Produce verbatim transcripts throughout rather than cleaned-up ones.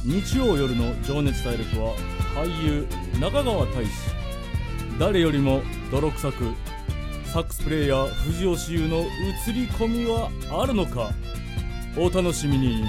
日曜夜の情熱大陸は俳優中川大志、誰よりも泥臭くサックスプレイヤー藤吉優の映り込みはあるのか、お楽しみに。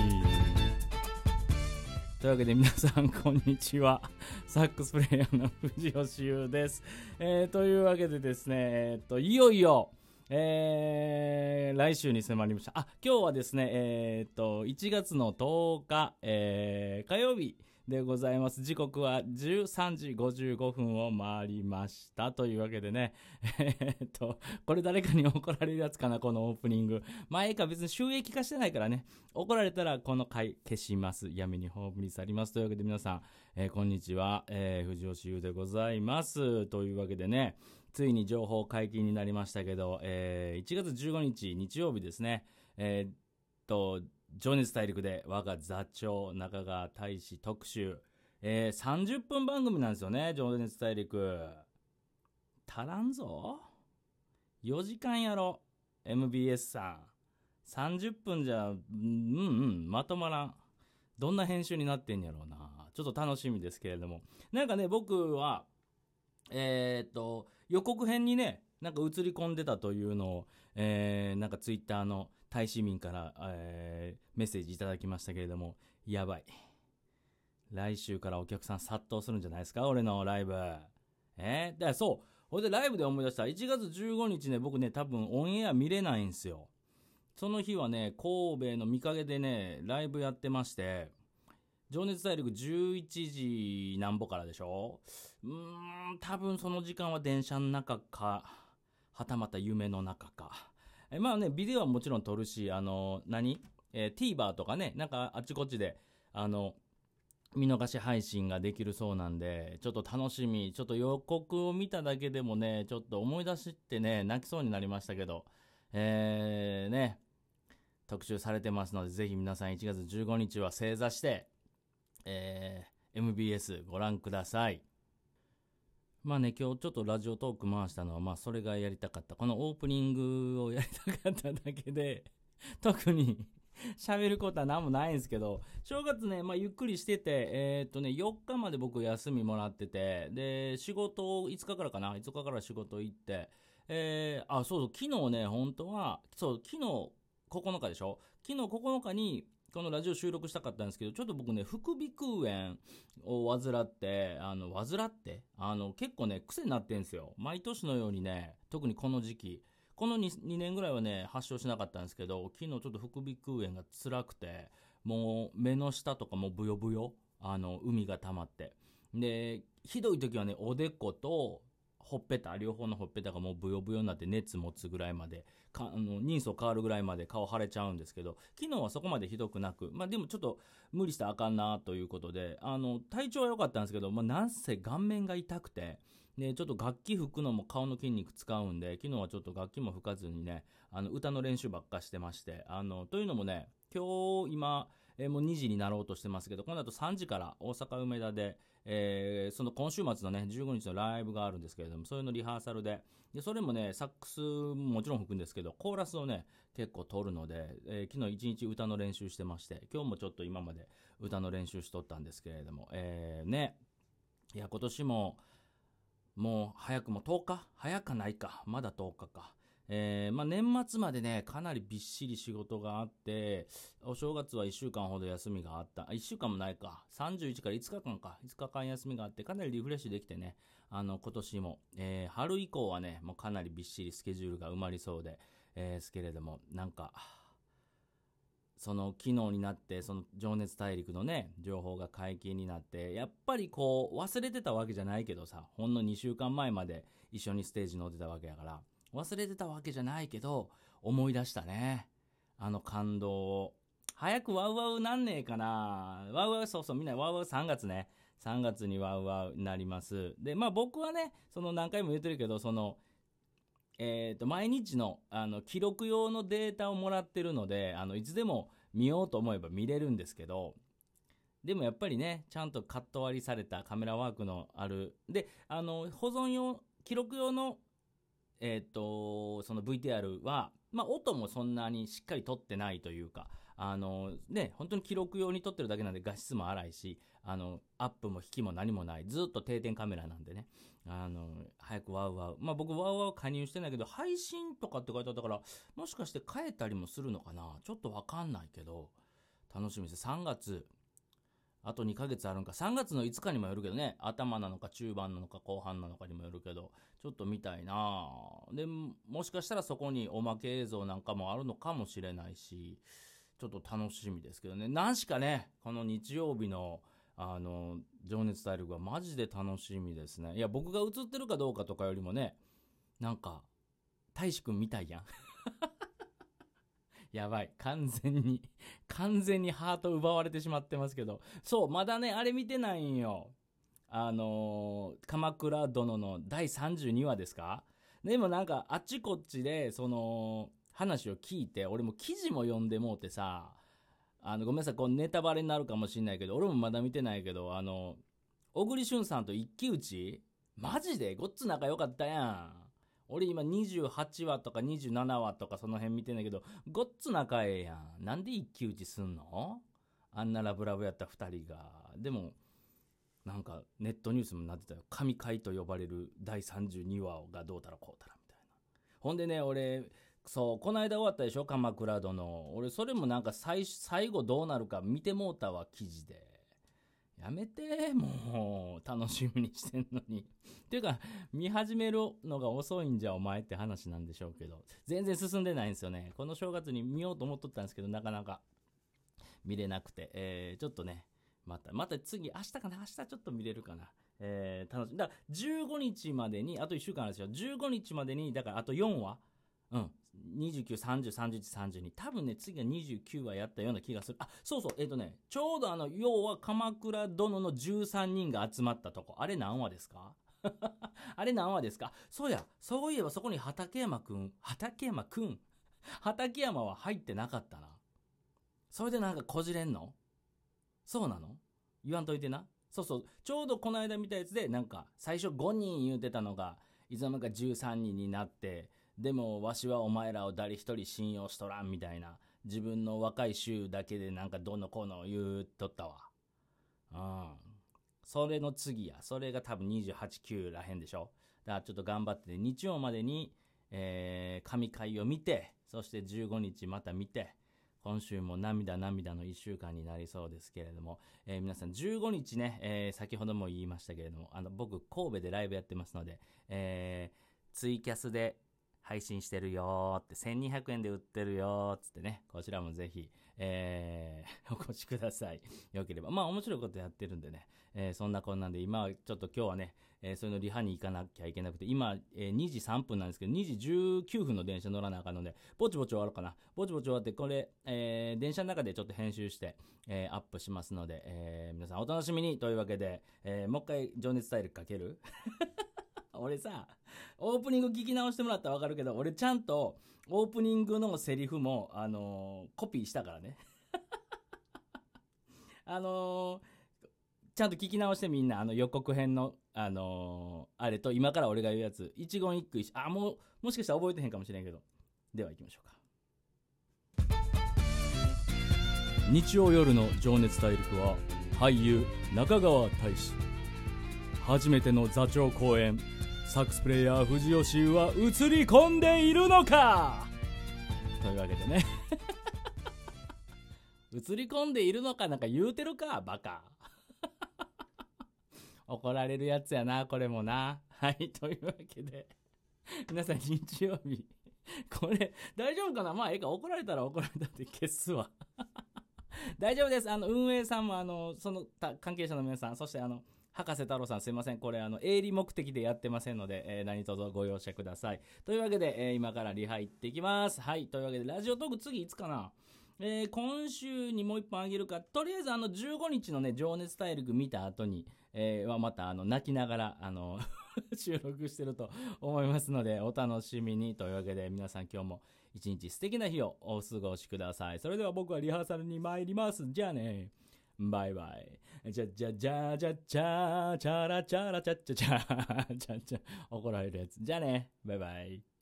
というわけで皆さんこんにちは、サックスプレイヤーの藤吉優です。えー、というわけでですね、えー、っといよいよえー、来週に迫りました。あ、今日はですね、えー、っといちがつのとおか、えー、火曜日でございます。時刻はじゅうさんじごじゅうごふんを回りましたというわけでね、えー、っとこれ誰かに怒られるやつかな、このオープニング。前か別に収益化してないからね、怒られたらこの回消します。闇に葬り去ります。というわけで皆さん、えー、こんにちは、えー、藤吉優でございます。というわけでね、ついに情報解禁になりましたけど、えー、いちがつじゅうごにち日曜日ですね、えー、っと情熱大陸で我が座長中川大志特集、えー、さんじゅっぷん番組なんですよね。情熱大陸足らんぞ、よじかんやろ エムビーエス さん、さんじゅっぷんじゃうんうんまとまらん。どんな編集になってんやろうな。ちょっと楽しみですけれども、なんかね、僕はえー、っと予告編にね、なんか映り込んでたというのを、えー、なんかツイッターの大使民から、えー、メッセージいただきましたけれども、やばい、来週からお客さん殺到するんじゃないですか、俺のライブ。えー、だからそう、ほいでライブで思い出した、いちがつじゅうごにちね、僕ね多分オンエア見れないんですよ。その日はね、神戸の御影でねライブやってまして、情熱大陸じゅういちじなんぼからでしょ。うーん、多分その時間は電車の中か、はたまた夢の中か。えまあね、ビデオはもちろん撮るし、あの何、えー、TVer とかね、なんかあっちこっちであの見逃し配信ができるそうなんで、ちょっと楽しみ。ちょっと予告を見ただけでもね、ちょっと思い出してね、泣きそうになりましたけど、えーね、特集されてますので、ぜひ皆さんいちがつじゅうごにちは正座してえー、エムビーエス ご覧ください。まあね、今日ちょっとラジオトーク回したのは、まあそれがやりたかった、このオープニングをやりたかっただけで特に喋ることは何もないんですけど、正月ね、まあゆっくりしてて、えー、っとねよっかまで僕休みもらってて、で仕事いつかからかないつかから仕事行って、えー、あそうそう、昨日ね、本当はそう昨日ここのかでしょ。昨日ここのかにこのラジオ収録したかったんですけど、ちょっと僕ね副鼻腔炎を患ってあの患ってあの結構ね癖になってんすよ。毎年のようにね、特にこの時期、この 2, にねんぐらいはね発症しなかったんですけど、昨日ちょっと副鼻腔炎が辛くて、もう目の下とかもブヨブヨ、あの海が溜まって、でひどい時はねおでことほっぺた、両方のほっぺたがもうブヨブヨになって熱持つぐらいまでか、あの人相変わるぐらいまで顔腫れちゃうんですけど、昨日はそこまでひどくなく、まあでもちょっと無理したらあかんなということで、あの体調は良かったんですけど、まあなんせ顔面が痛くて、でちょっと楽器吹くのも顔の筋肉使うんで、昨日はちょっと楽器も吹かずにね、あの歌の練習ばっかしてまして、あのというのもね、今日今えーもうにじになろうとしてますけど、この後さんじから大阪梅田で、えーその今週末のねじゅうごにちのライブがあるんですけれども、それのリハーサルで、でそれもねサックスももちろん吹くんですけど、コーラスをね結構取るので、えー昨日一日歌の練習してまして、今日もちょっと今まで歌の練習しとったんですけれども、えー、ね、いや今年ももう早くもとおか、早かないか、まだとおかか。えーまあ、年末までねかなりびっしり仕事があって、お正月はいっしゅうかんほど休みがあった。いっしゅうかんもないか、さんじゅういちからいつかかんか、いつかかん休みがあって、かなりリフレッシュできてね、あの今年も、えー春以降はねもうかなりびっしりスケジュールが埋まりそうで、えー、ですけれども、なんかその昨日になって、その情熱大陸のね情報が解禁になって、やっぱりこう忘れてたわけじゃないけどさ、ほんのにしゅうかんまえまで一緒にステージ乗ってたわけやから、忘れてたわけじゃないけど思い出したね、あの感動を。早くワウワウなんねえかな。ワウワウ、そうそう、みんなワウワウさんがつね、さんがつにワウワウになります。でまあ僕はね、その何回も言ってるけど、そのえー、と毎日 の, あの記録用のデータをもらってるので、あのいつでも見ようと思えば見れるんですけど、でもやっぱりねちゃんとカット割りされたカメラワークのあるで、あの保存用記録用の、えー、とその ブイティーアール は、まあ、音もそんなにしっかり撮ってないというか、 あのね、本当に記録用に撮ってるだけなんで画質も荒いし、あのアップも引きも何もない、ずっと定点カメラなんでね、あの早くワウワウ、まあ僕ワウワウ加入してないけど配信とかって書いてあったから、もしかして変えたりもするのかな、ちょっとわかんないけど楽しみです。さんがつあとにかげつあるんか、さんがつのいつかにもよるけどね、頭なのか中盤なのか後半なのかにもよるけど、ちょっと見たいなで、もしかしたらそこにおまけ映像なんかもあるのかもしれないし、ちょっと楽しみですけどね。なんしかね、この日曜日のあの情熱大陸はマジで楽しみですね。いや、僕が映ってるかどうかとかよりもね、なんか大志くんみたいやんやばい、完全に完全にハート奪われてしまってますけど、そう、まだねあれ見てないんよ。あのー、鎌倉殿のだいさんじゅうにわですか。でもなんかあっちこっちでその話を聞いて、俺も記事も読んでもうてさ、あのごめんなさい、こうネタバレになるかもしれないけど、俺もまだ見てないけど、あの小栗旬さんと一騎打ち、マジでごっつ仲良かったやん。俺今にじゅうはちわとかにじゅうななわとかその辺見てんだけど、ごっつ仲ええやん。なんで一騎打ちすんの？あんなラブラブやったふたりが。でもなんかネットニュースもなってたよ。神回と呼ばれるだいさんじゅうにわがどうたらこうたらみたいな。ほんでね、俺そうこの間終わったでしょ、鎌倉殿。俺それもなんか 最, 最後どうなるか見てもうたわ、記事で。やめて、もう楽しみにしてんのにっていうか、見始めるのが遅いんじゃお前って話なんでしょうけど、全然進んでないんですよね。この正月に見ようと思っとったんですけど、なかなか見れなくて、えー、ちょっとね、またまた次明日かな、明日ちょっと見れるかな。えー、楽しみだから、じゅうごにちまでにあといっしゅうかんあるんですよ。じゅうごにちまでに、だからあとよんわ、うん、にじゅうく、さんじゅう、さんじゅういち、さんじゅうに、多分ね次がにじゅうきゅうわやったような気がする。あ、そうそう、えっ、ー、とねちょうどあの要は鎌倉殿のじゅうさんにんが集まったとこ、あれ何話ですかあれ何話ですか。そうや、そういえばそこに畠山くん畠山くん畠山は入ってなかったな。それでなんかこじれんの？そうなの？言わんといてな。そうそう、ちょうどこの間見たやつで、なんか最初ごにん言うてたのがいつの間にかじゅうさんにんになって、でもわしはお前らを誰一人信用しとらんみたいな、自分の若い衆だけでなんかどうのこうの言うとったわ。うん、それの次や。それが多分にじゅうはち、きゅうらへんでしょ。だからちょっと頑張って、ね、日曜までに、えー、神回を見て、そしてじゅうごにちまた見て、今週も涙涙のいっしゅうかんになりそうですけれども、えー、皆さんじゅうごにちね、えー、先ほども言いましたけれども、あの僕神戸でライブやってますので、えー、ツイキャスで配信してるよーって、せんにひゃくえんで売ってるよーっつってね、こちらもぜひ、えー、お越しください。よければ。まあ面白いことやってるんでね、えー、そんなこんなんで、今はちょっと今日はね、えー、それのリハに行かなきゃいけなくて、今、えー、にじさんぷんなんですけど、にじじゅうきゅうふんの電車乗らなあかんので、ぼちぼち終わろうかな。ぼちぼち終わって、これ、えー、電車の中でちょっと編集して、えー、アップしますので、えー、皆さんお楽しみにというわけで、えー、もう一回情熱大陸かける俺さ、オープニング聞き直してもらったら分かるけど、俺ちゃんとオープニングのセリフも、あのー、コピーしたからねあのーちゃんと聞き直してみんな、あの予告編の、あのー、あれと今から俺が言うやつ一言一句一緒、あ、もうもしかしたら覚えてへんかもしれんけど、では行きましょうか。日曜夜の情熱大陸は俳優中川大志、初めての座長公演、サックスプレイヤー藤吉は映り込んでいるのかというわけでね映り込んでいるのかなんか言うてるかバカ怒られるやつやなこれもな。はい、というわけで皆さん日曜日これ大丈夫かな。まあええか、怒られたら怒られたって消すわ大丈夫です。あの運営さんもあのその他関係者の皆さん、そしてあの博士太郎さん、すいません、これあの営利目的でやってませんので、えー、何卒ご容赦ください。というわけで、えー、今からリハ行ってきます。はい、というわけでラジオトーク次いつかな。えー、今週にもう一本あげるか。とりあえずあのじゅうごにちのね情熱大陸見た後に、えー、はまたあの泣きながらあの収録してると思いますのでお楽しみに。というわけで皆さん今日も一日素敵な日をお過ごしください。それでは僕はリハーサルに参ります。じゃあね、バイバイ。じゃじゃじゃじゃじゃチャラチャラチャチャチャチャチャ怒られるやつ。じゃあね、バイバイ。